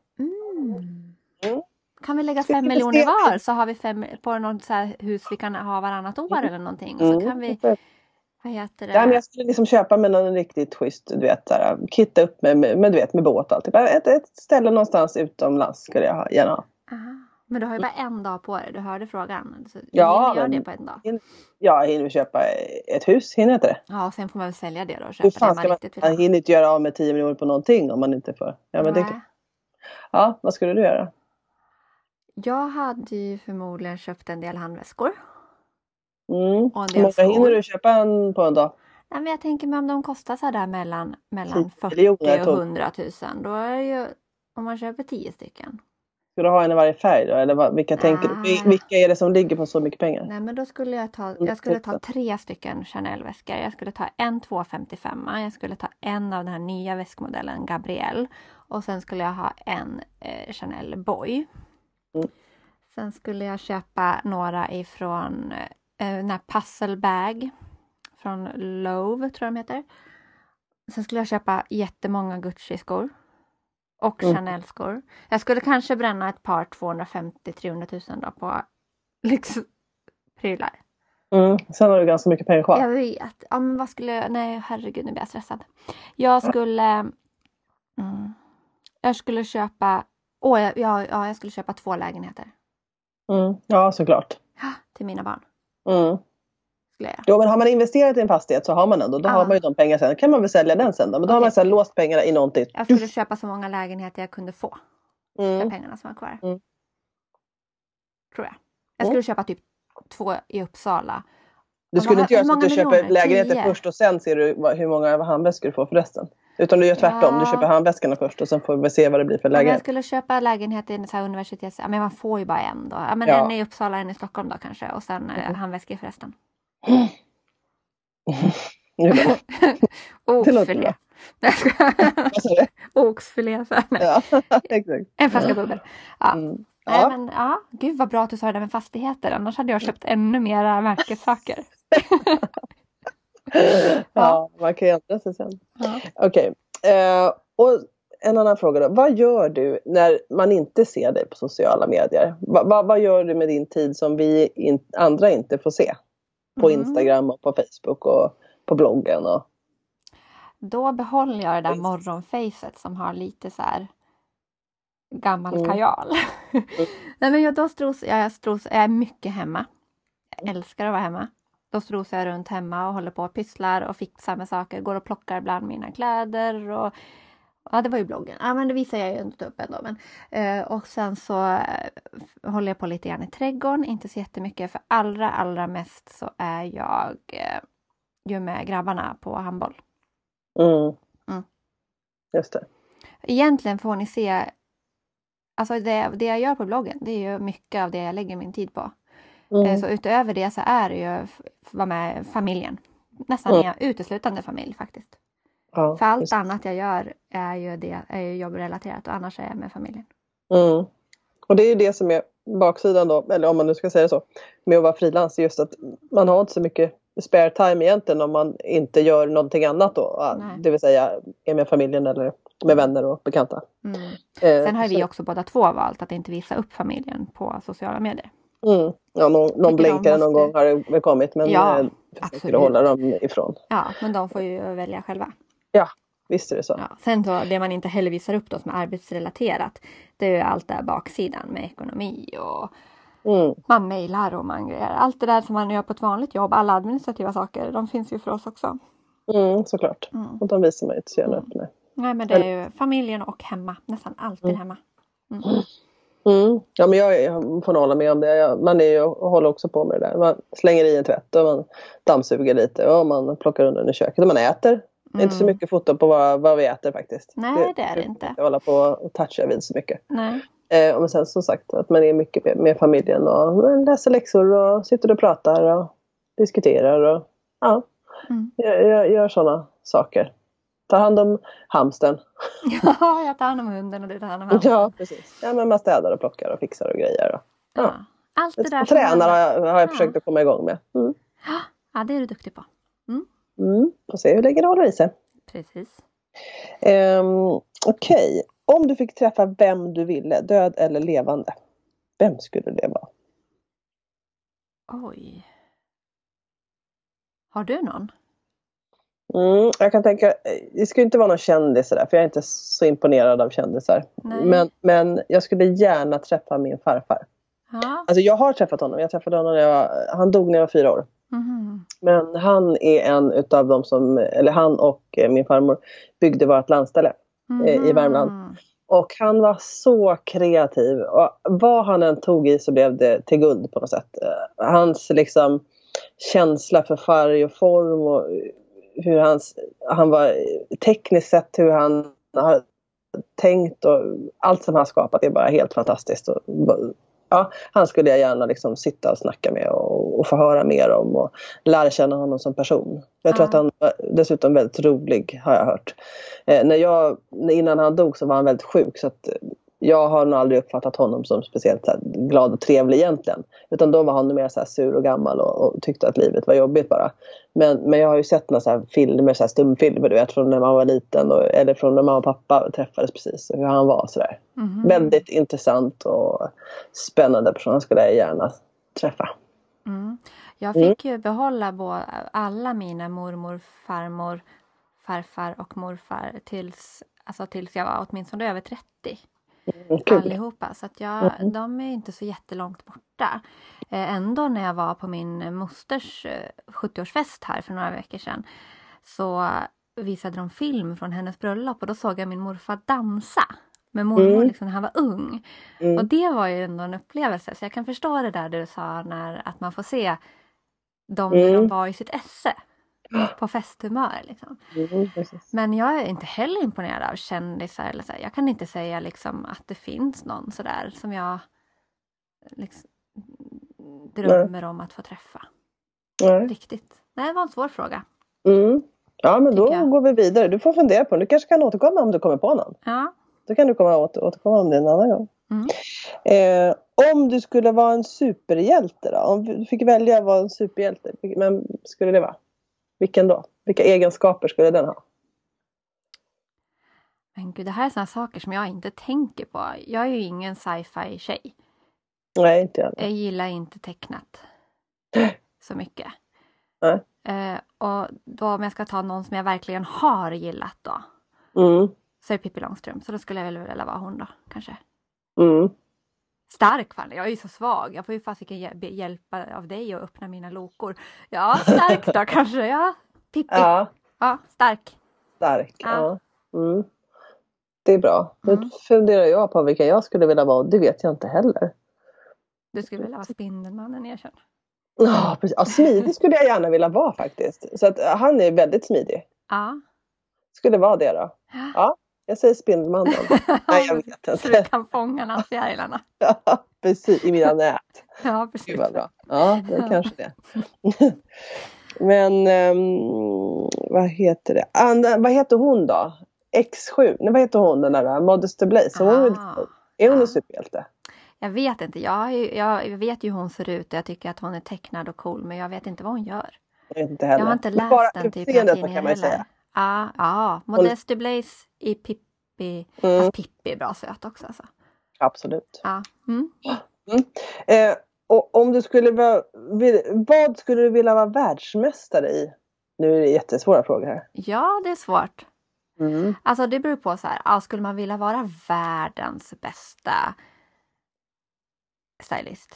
Kan vi lägga 5 miljoner var, så har vi 5 på något så här hus vi kan ha varannat år eller någonting. Och så kan vi, vad heter det? Ja, men jag skulle liksom köpa med någon riktigt schysst, du vet, så här, kitta upp med båt och allt. Typ. Ett ställe någonstans utomlands skulle jag gärna ha. Aha. Men du har ju bara en dag på dig. Du hörde frågan. Så ja, gör det på en dag. Jag hinner köpa ett hus. Hinner inte det? Ja, och sen får man väl sälja det då. Och köpa det man riktigt vill ha. Man hinner inte göra av med 10 miljoner på någonting om man inte får. Ja, men ja, vad skulle du göra? Jag hade ju förmodligen köpt en del handväskor. Och hur många hinner du köpa på en dag? Nej, men jag tänker mig om de kostar så där mellan 40 och 100 000. Då är det ju, om man köper 10 stycken. Ska du ha en i varje färg då? Eller vilka tänker du? Vilka är det som ligger på så mycket pengar? Nej, men då skulle jag skulle ta 3 stycken Chanel-väskor. Jag skulle ta en 255. Jag skulle ta en av den här nya väskmodellen Gabrielle. Och sen skulle jag ha en Chanel Boy. Sen skulle jag köpa några ifrån den här Puzzle Bag. Från Love tror jag de heter. Sen skulle jag köpa jättemånga Gucci-skor. Och Chanel-skor. Jag skulle kanske bränna ett par 250-300 000 då på lyxprylar. Sen har du ganska mycket pengar kvar. Jag vet. Ja, men vad skulle jag... Nej, herregud, nu blir jag stressad. Jag skulle... Jag skulle köpa... jag skulle köpa 2 lägenheter. Ja, såklart. Till mina barn. Jo, men har man investerat i en fastighet så har man ändå. Då har man ju de pengar sen. Kan man väl sälja den sen då. Men då har man så här låst pengarna i någonting. Jag skulle köpa så många lägenheter jag kunde få. För pengarna som var kvar. Tror jag. Jag skulle köpa typ 2 i Uppsala. Du skulle inte göra så att du köper lägenheter först och sen ser du hur många handväskor du får för resten. Utan du gör tvärtom. Du köper handväskorna först och sen får vi se vad det blir för lägenhet. Jag skulle köpa lägenheter i så här universitet. Men man får ju bara en då. Men en i Uppsala, en i Stockholm då kanske. Och sen handväskor förresten. Oxfilé. Oxfilé. Ja, exakt. En flaska bubbel. Ja. Nej, men, gud vad bra att du sa det där med fastigheter. Annars hade jag köpt ännu mera märkessaker. Ja, man kan ju ändra sig sen. Okej. Och en annan fråga då. Vad gör du när man inte ser dig på sociala medier? Vad gör du med din tid som vi andra inte får se? På Instagram och på Facebook och på bloggen. Då behåller jag det där morgonfacet som har lite så här gammal kajal. Nej, men jag är mycket hemma. Jag älskar att vara hemma. Då strosar jag runt hemma och håller på och pysslar och fixar med saker. Går och plockar bland mina kläder. Och, det var ju bloggen. Ja, men det visar jag ju inte upp ändå. Men, och sen så håller jag på lite grann i trädgården. Inte så jättemycket. För allra mest så är jag ju med grabbarna på handboll. Just det. Egentligen får ni se. Alltså det jag gör på bloggen. Det är ju mycket av det jag lägger min tid på. Så utöver det så är det ju vara med familjen. Nästan uteslutande familj faktiskt. Ja, för allt annat jag gör är ju jobbrelaterat. Och annars är jag med familjen. Och det är ju det som är baksidan då. Eller om man nu ska säga så. Med att vara frilans. Just att man har inte så mycket spare time egentligen. Om man inte gör någonting annat då. Det vill säga är med familjen eller med vänner och bekanta. Sen har vi också båda två valt att inte visa upp familjen på sociala medier. Ja, någon blinkare någon gång har det väl kommit, men försöker hålla dem ifrån. Ja, men de får ju välja själva. Ja, visst är det så. Ja, sen så, det man inte heller visar upp då som är arbetsrelaterat, det är ju allt där baksidan med ekonomi och man mejlar och man grejer. Allt det där som man gör på ett vanligt jobb, alla administrativa saker, de finns ju för oss också. Såklart. Och de visar man ju inte så gärna upp med. Nej, men det är ju familjen och hemma, nästan alltid hemma. Ja, men jag får hålla med om det. Man är ju och håller också på med det där. Man slänger i en tvätt och man dammsuger lite och man plockar undan i köket och man äter. Det är inte så mycket foto på vad vi äter faktiskt. Nej, det är det inte. Jag håller på och toucha vid så mycket. Nej. Men sen som sagt att man är mycket med familjen och läser läxor och sitter och pratar och diskuterar och gör sådana saker. Ta hand om hamsten. Ja, jag tar hand om hunden och du tar hand om hamsten. Ja, precis. Ja, men man städar och plockar och fixar och grejer. Ja. Allt det där. Och tränar har jag försökt att komma igång med. Ja, det är du duktig på. Får se hur länge det håller i sig. Precis. Okej. Om du fick träffa vem du ville, död eller levande, vem skulle det vara? Oj. Har du någon? Jag kan tänka, det skulle inte vara någon kändis där, för jag är inte så imponerad av kändisar. Men jag skulle gärna träffa min farfar. Ja. Alltså jag har träffat honom. Jag träffade honom han dog när jag var 4 år. Men han är en utav dem som, eller han och min farmor byggde vårt landställe i Värmland. Och han var så kreativ. Och vad han än tog i så blev det till guld på något sätt. Hans liksom känsla för färg och form och hur han var tekniskt sett, hur han har tänkt och allt som han skapat är bara helt fantastiskt. Och, han skulle jag gärna liksom sitta och snacka med och få höra mer om och lära känna honom som person. Jag tror att han var dessutom väldigt rolig, har jag hört. Innan han dog så var han väldigt sjuk, så att jag har nog aldrig uppfattat honom som speciellt så här glad och trevlig egentligen. Utan då var han mer så här sur och gammal och tyckte att livet var jobbigt bara. Men jag har ju sett några så här filmer, så här stumfilmer, du vet, från när man var liten eller från när mamma och pappa träffades precis. Och hur han var sådär. Väldigt intressant och spännande person. Han skulle jag gärna träffa. Jag fick ju behålla alla mina mormor, farmor, farfar och morfar tills jag var åtminstone över 30. Allihopa, så att de är inte så jättelångt borta. Ändå när jag var på min mosters 70-årsfest här för några veckor sedan, så visade de film från hennes bröllop och då såg jag min morfar dansa med mormor liksom när han var ung. Och det var ju ändå en upplevelse, så jag kan förstå det där du sa, att man får se dem när de var i sitt esse. På festhumör liksom. Men jag är inte heller imponerad av kändisar eller så. Jag kan inte säga liksom att det finns någon sådär som jag liksom drömmer om att få träffa. Riktigt. Nej, det var en svår fråga. Ja, men då går vi vidare. Du får fundera på det. Du kanske kan återkomma om du kommer på någon. Ja. Då kan du återkomma om det en annan gång. Om du skulle vara en superhjälte då? Om du fick välja att vara en superhjälte, men skulle det vara? Vilken då? Vilka egenskaper skulle den ha? Men gud, det här är sådana saker som jag inte tänker på. Jag är ju ingen sci-fi tjej. Nej, inte jag. Jag gillar inte tecknat så mycket. Nej. Och då om jag ska ta någon som jag verkligen har gillat då. Så är det Pippi Långstrump. Så då skulle jag väl vilja vara hon då, kanske. Stark fan, jag är ju så svag. Jag får ju fasiken hjälpa av dig att öppna mina lokor. Ja, stark då kanske. Ja, Pippi. Ja, stark. Stark, ja. Det är bra. Nu funderar jag på vilka jag skulle vilja vara. Det vet jag inte heller. Du skulle vilja vara Spindelmannen, jag känner. Ja, precis. Ja, smidig skulle jag gärna vilja vara faktiskt. Så att han är väldigt smidig. Ja. Skulle vara det då? Ja, jag säger Spindelmannen. Nej, jag vet inte. Så du kan fånga nattfjärilarna. Ja, precis. I mina nät. Ja, precis. Det var bra. Ja, det kanske det. Men vad heter det? Vad heter hon då? X7. Nej, vad heter hon, den där Modesty Blaze? Är hon en superhjälte? Jag vet inte. Jag vet ju hur hon ser ut och jag tycker att hon är tecknad och cool, men jag vet inte vad hon gör. Jag vet inte heller. Jag har inte läst den typen av tidningar kan man säga. Ja, Modesty Blaze i Pippi. Fast Pippi är bra söt också. Alltså. Absolut. Ja. Och om du skulle vad skulle du vilja vara världsmästare i? Nu är det jättesvåra frågor här. Ja, det är svårt. Alltså det beror på så här. Skulle man vilja vara världens bästa stylist?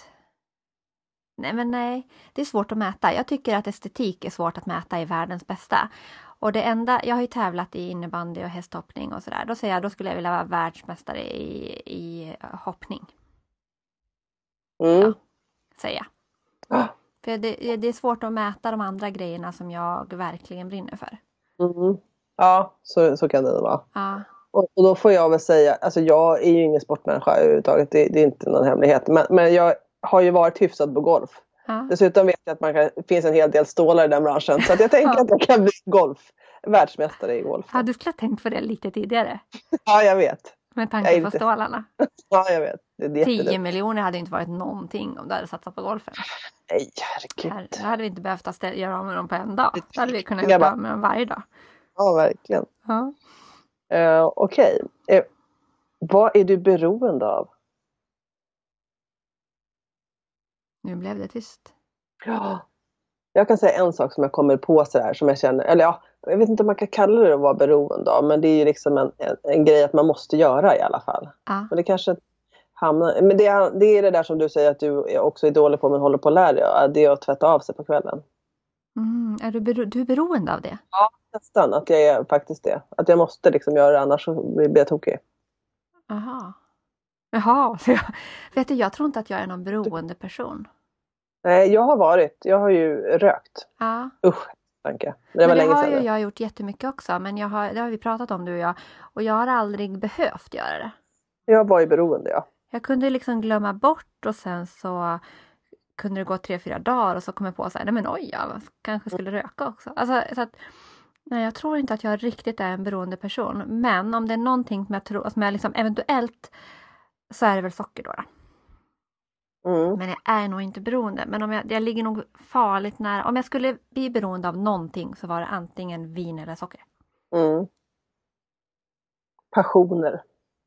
Nej. Det är svårt att mäta. Jag tycker att estetik är svårt att mäta i världens bästa. Och det enda, jag har ju tävlat i innebandy och hästhoppning och sådär. Då skulle jag vilja vara världsmästare i hoppning. Ja, säger jag. För det är svårt att mäta de andra grejerna som jag verkligen brinner för. Ja, så kan det vara. Ja. Och då får jag väl säga, alltså jag är ju ingen sportmänniska överhuvudtaget, det är inte någon hemlighet. Men jag har ju varit hyfsad på golf. Ja. Dessutom vet jag att det finns en hel del stålar i den branschen. Så att jag tänker att jag kan bli världsmästare i golf. Ja, du skulle ha tänkt på det lite tidigare. Ja, jag vet. Med tanke på stålarna. Ja, jag vet. Det är 10 miljoner hade inte varit någonting om du hade satsat på golfen. Nej, herregud. Då hade vi inte behövt göra av med dem på en dag. Då hade vi kunnat göra av med dem varje dag. Ja, verkligen. Ja. Okej. Vad är du beroende av? Nu blev det tyst. Ja. Jag kan säga en sak som jag kommer på sådär, som jag känner, eller ja, jag vet inte om man kan kalla det att vara beroende av, men det är ju liksom en grej att man måste göra i alla fall. Ja. Och det kanske hamnar, men det är det där som du säger att du också är dålig på men håller på att lära dig, det är att tvätta av sig på kvällen. Är du är beroende av det? Ja, nästan, att jag är faktiskt det. Att jag måste liksom göra det, annars så blir jag tokig. Jaha, vet du, jag tror inte att jag är någon beroende person. Nej, jag har ju rökt. Ja. Usch, tanke. Det har ju jag gjort jättemycket också, men det har vi pratat om, du och jag. Och jag har aldrig behövt göra det. Jag var ju beroende, ja. Jag kunde liksom glömma bort och sen så kunde det gå 3-4 dagar och så kom jag på så här, nej men oj, jag kanske skulle röka också. Alltså, så att, nej, jag tror inte att jag riktigt är en beroende person. Men om det är någonting som jag tror, som jag liksom eventuellt, så är det väl socker då. Men jag är nog inte beroende. Men om jag ligger nog farligt nära. Om jag skulle bli beroende av någonting så var det antingen vin eller socker. Passioner.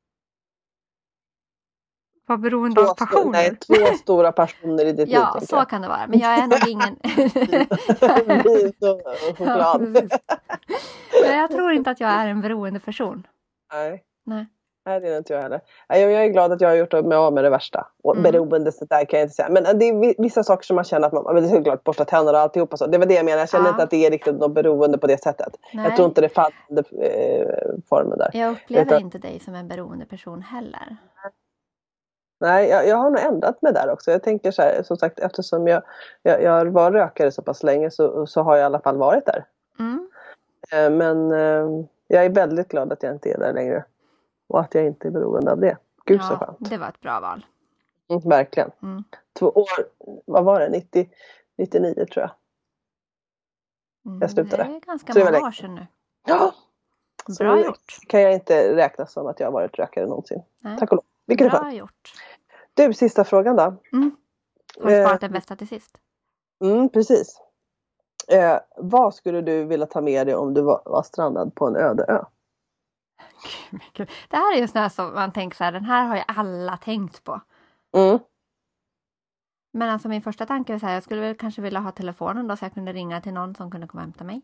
Var beroende av passioner? Nej, 2 stora passioner i ditt liv. Ja, så kan det vara. Men jag är nog ingen... Vin och choklad. Ja, jag tror inte att jag är en beroende person. Nej. Nej, det är inte jag heller. Jag är glad att jag har gjort mig av med det värsta. Och beroende så där kan jag inte säga. Men det är vissa saker som man känner att man... Det är klart, borsta tänder och alltihopa så. Det var det jag menar. Jag känner inte att det är riktigt något beroende på det sättet. Nej. Jag tror inte det fanns formen där. Jag upplever inte dig som en beroende person heller. Nej, jag har nog ändrat mig där också. Jag tänker så här, som sagt, eftersom jag var rökare så pass länge så har jag i alla fall varit där. Men jag är väldigt glad att jag inte är där längre. Och att jag inte är beroende av det. Gud så skönt. Det var ett bra val. Verkligen. 2 år, vad var det? 99 tror jag. Jag slutade. Det är ganska många år sedan nu. Ja. Bra gjort. Kan jag inte räkna som att jag har varit rökare någonsin. Nej. Tack och lov. Vilket bra gjort. Du, sista frågan då. Har du sparat den bästa till sist? Precis. Vad skulle du vilja ta med dig om du var strandad på en öde ö? Det här är ju sån här som man tänker så här, den här har ju alla tänkt på. Men alltså min första tanke är så här, jag skulle väl kanske vilja ha telefonen då så jag kunde ringa till någon som kunde komma och hämta mig.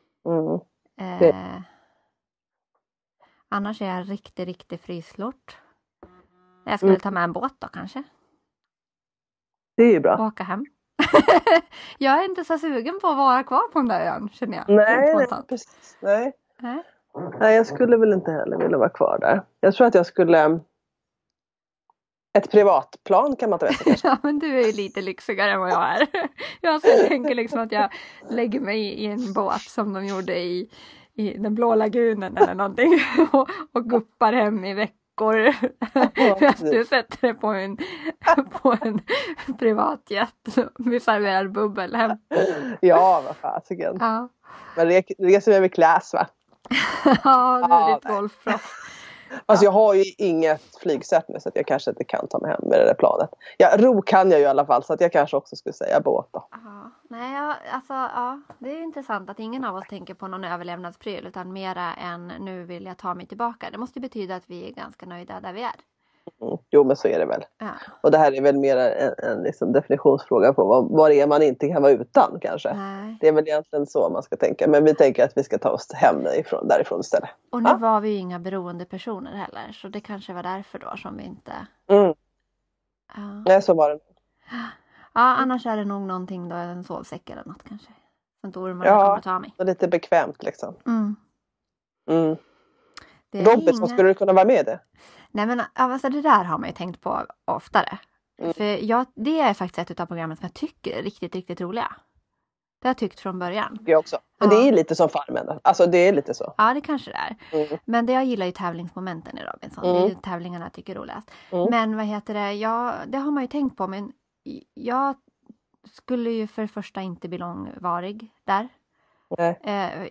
Annars är jag riktigt fryslort. Jag skulle ta med en båt då kanske. Det är ju bra. Och åka hem. Jag är inte så sugen på att vara kvar på den där ön, känner jag. Nej, precis. Nej, jag skulle väl inte heller vilja vara kvar där. Jag tror att jag skulle... Ett privatplan kan man ta med sig kanske. Ja, men du är ju lite lyxigare än vad jag är. Jag tänker liksom att jag lägger mig i en båt som de gjorde i den blå lagunen eller någonting. Och guppar hem i veckor. Du sätter det på en privatjet. Vi serverar bubbel hem. Ja, vad fasiken. Ja. Men reser vi med klass, va? Ja, du är ditt golfproffs. Alltså jag har ju inget flygsätt nu så att jag kanske inte kan ta mig hem med det där planet. Ja, ro kan jag ju i alla fall så att jag kanske också skulle säga båt då. Ja, nej, det är intressant att ingen av oss tänker på någon överlevnadspryl utan mera än nu vill jag ta mig tillbaka. Det måste betyda att vi är ganska nöjda där vi är. Jo, men så är det väl. Ja. Och det här är väl mer en liksom definitionsfråga på vad det är man inte kan vara utan kanske. Nej. Det är väl egentligen så man ska tänka. Men vi tänker att vi ska ta oss hem därifrån istället. Och nu var vi ju inga beroende personer heller. Så det kanske var därför då som vi inte... Mm. Ja. Nej, så var det. Ja, annars är det nog någonting då, en sovsäck eller något kanske. Så inte ormarna kommer att ta mig. Ja, lite bekvämt liksom. Mm. Mm. Robinson, skulle du kunna vara med det? Nej, men alltså, det där har man ju tänkt på oftare. För det är faktiskt ett av programmen som jag tycker är riktigt, riktigt roliga. Det har jag tyckt från början. Jag också. Men det är lite som Farmen. Alltså det är lite så. Ja, det kanske det är. Men jag gillar ju tävlingsmomenten i Robinson. Det är ju tävlingarna jag tycker är roligast. Men vad heter det? Det har man ju tänkt på. Men jag skulle ju för det första inte bli långvarig där. Nej.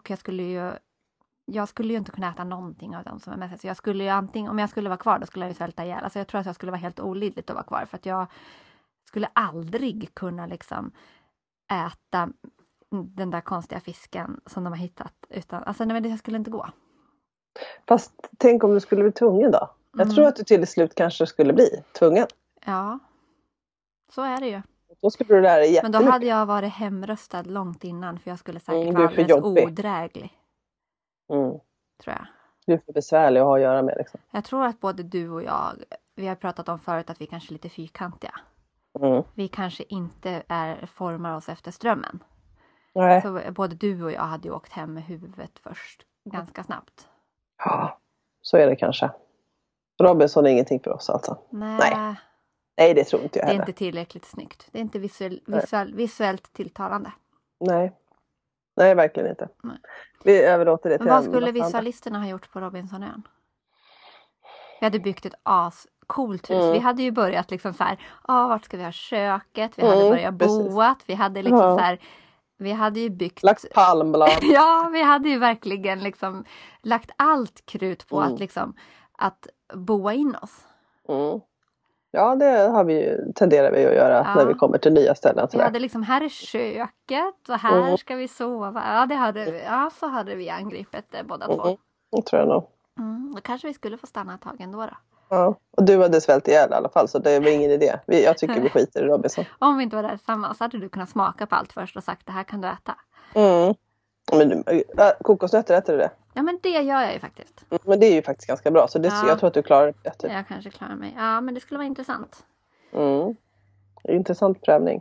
Jag skulle ju inte kunna äta någonting av dem som är med. Så jag skulle ju om jag skulle vara kvar då skulle jag ju svälta ihjäl. Alltså jag tror att jag skulle vara helt olidligt att vara kvar. För att jag skulle aldrig kunna liksom äta den där konstiga fisken som de har hittat. Alltså nej, det skulle inte gå. Fast tänk om du skulle bli tvungen då? Jag tror att du till slut kanske skulle bli tvungen. Ja, så är det ju. Då skulle du lära dig jättemycket. Men då hade jag varit hemröstad långt innan. För jag skulle säkert vara alldeles odräglig. Tror jag. Du är för besvärlig att ha att göra med liksom. Jag tror att både du och jag, vi har pratat om förut att vi kanske är lite fyrkantiga. Vi kanske inte formar oss efter strömmen. Nej. Så både du och jag hade ju åkt hem med huvudet först ganska snabbt. Ja, så är det kanske. Robinson är ingenting för oss alltså. Nej, det tror inte jag heller. Det är inte tillräckligt snyggt. Det är inte visuellt tilltalande. Nej, verkligen inte. Nej. Vi överlåter det till vad skulle visualisterna ha gjort på Robinsonön? Vi hade byggt ett coolt hus. Vi hade ju börjat liksom så här, vart ska vi ha köket? Vi hade börjat boat. Vi hade liksom så här, vi hade ju byggt... Lagt palmblad. Ja, vi hade ju verkligen liksom lagt allt krut på att boa in oss. Ja, det tenderar vi att göra när vi kommer till nya ställen. Vi hade liksom, här är köket och här ska vi sova. Ja, så hade vi angripit det båda två. Det tror jag nog. Då kanske vi skulle få stanna ett tag ändå då. Ja, och du hade svält ihjäl i alla fall så det var ingen idé. Jag tycker vi skiter i Robinson. Om vi inte var där tillsammans så hade du kunnat smaka på allt först och sagt det här kan du äta. Men kokosnötter, äter du det? Ja, men det gör jag ju faktiskt. Men det är ju faktiskt ganska bra så jag tror att du klarar det bättre. Jag kanske klarar mig. Ja, men det skulle vara intressant. Intressant prövning.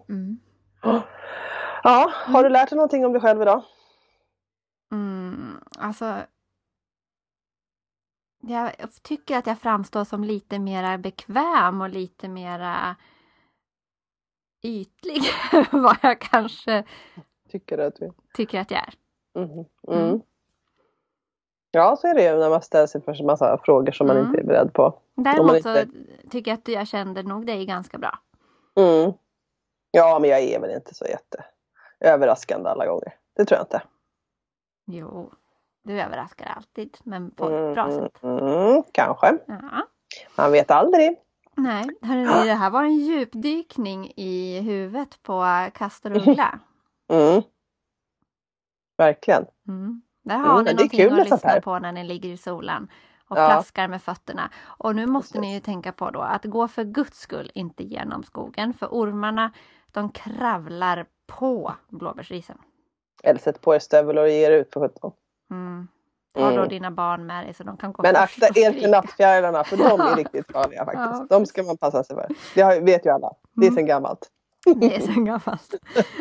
Ja, har du lärt dig någonting om dig själv idag? Alltså... Jag tycker att jag framstår som lite mer bekväm och lite mer ytlig vad jag kanske tycker att jag är. Ja, så är det ju när man ställs sig för en massa frågor som man inte är beredd på. Däremot så tycker jag att jag kände nog dig ganska bra. Ja, men jag är väl inte så överraskande alla gånger. Det tror jag inte. Jo. Du överraskar alltid, men på ett bra sätt. Kanske. Ja. Man vet aldrig. Nej, hörrni, det här var en djupdykning i huvudet på Castor och Uggla. Verkligen. Där har ni någonting att lyssna på när ni ligger i solen och plaskar med fötterna. Och nu måste ni ju tänka på då att gå för Guds skull inte genom skogen. För ormarna, de kravlar på blåbärsrisen. Eller sätt på er stövlar och ge er ut på 17. Ta då dina barn med dig så de kan gå. Men akta er för nattfjärilarna för de är riktigt farliga faktiskt. De ska man passa sig för. Det vet ju alla. Det är sen gammalt. Det är sen gammalt.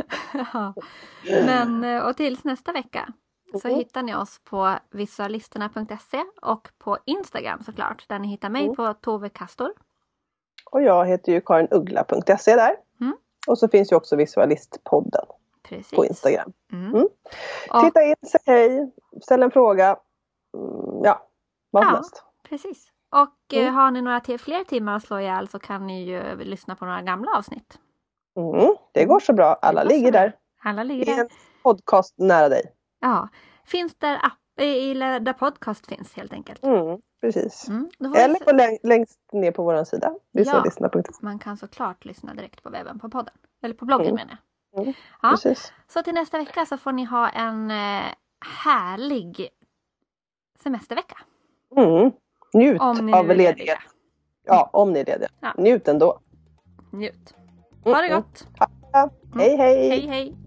Men och tills nästa vecka så hittar ni oss på visualisterna.se och på Instagram såklart. Där ni hittar mig på Tove Castor. Och jag heter ju karinuggla.se där. Och så finns ju också Visualistpodden. Precis. På Instagram. Titta in, säg hej, ställ en fråga. Vad helst. Precis. Och har ni några fler timmar att slå ihjäl så kan ni ju lyssna på några gamla avsnitt. Det går så bra. Alla ligger där. Alla ligger där. Det är en podcast nära dig. Ja. Finns där Där podcast finns helt enkelt. Precis. Eller på längst ner på vår sida. Man kan såklart lyssna direkt på webben på podden. Eller på bloggen menar jag. Precis. Så till nästa vecka så får ni ha en härlig semestervecka. Njut av ledighet. Ja, om ni är lediga. Ja. Njut ändå. Njut. Ha det gott. Hej hej. Hej hej.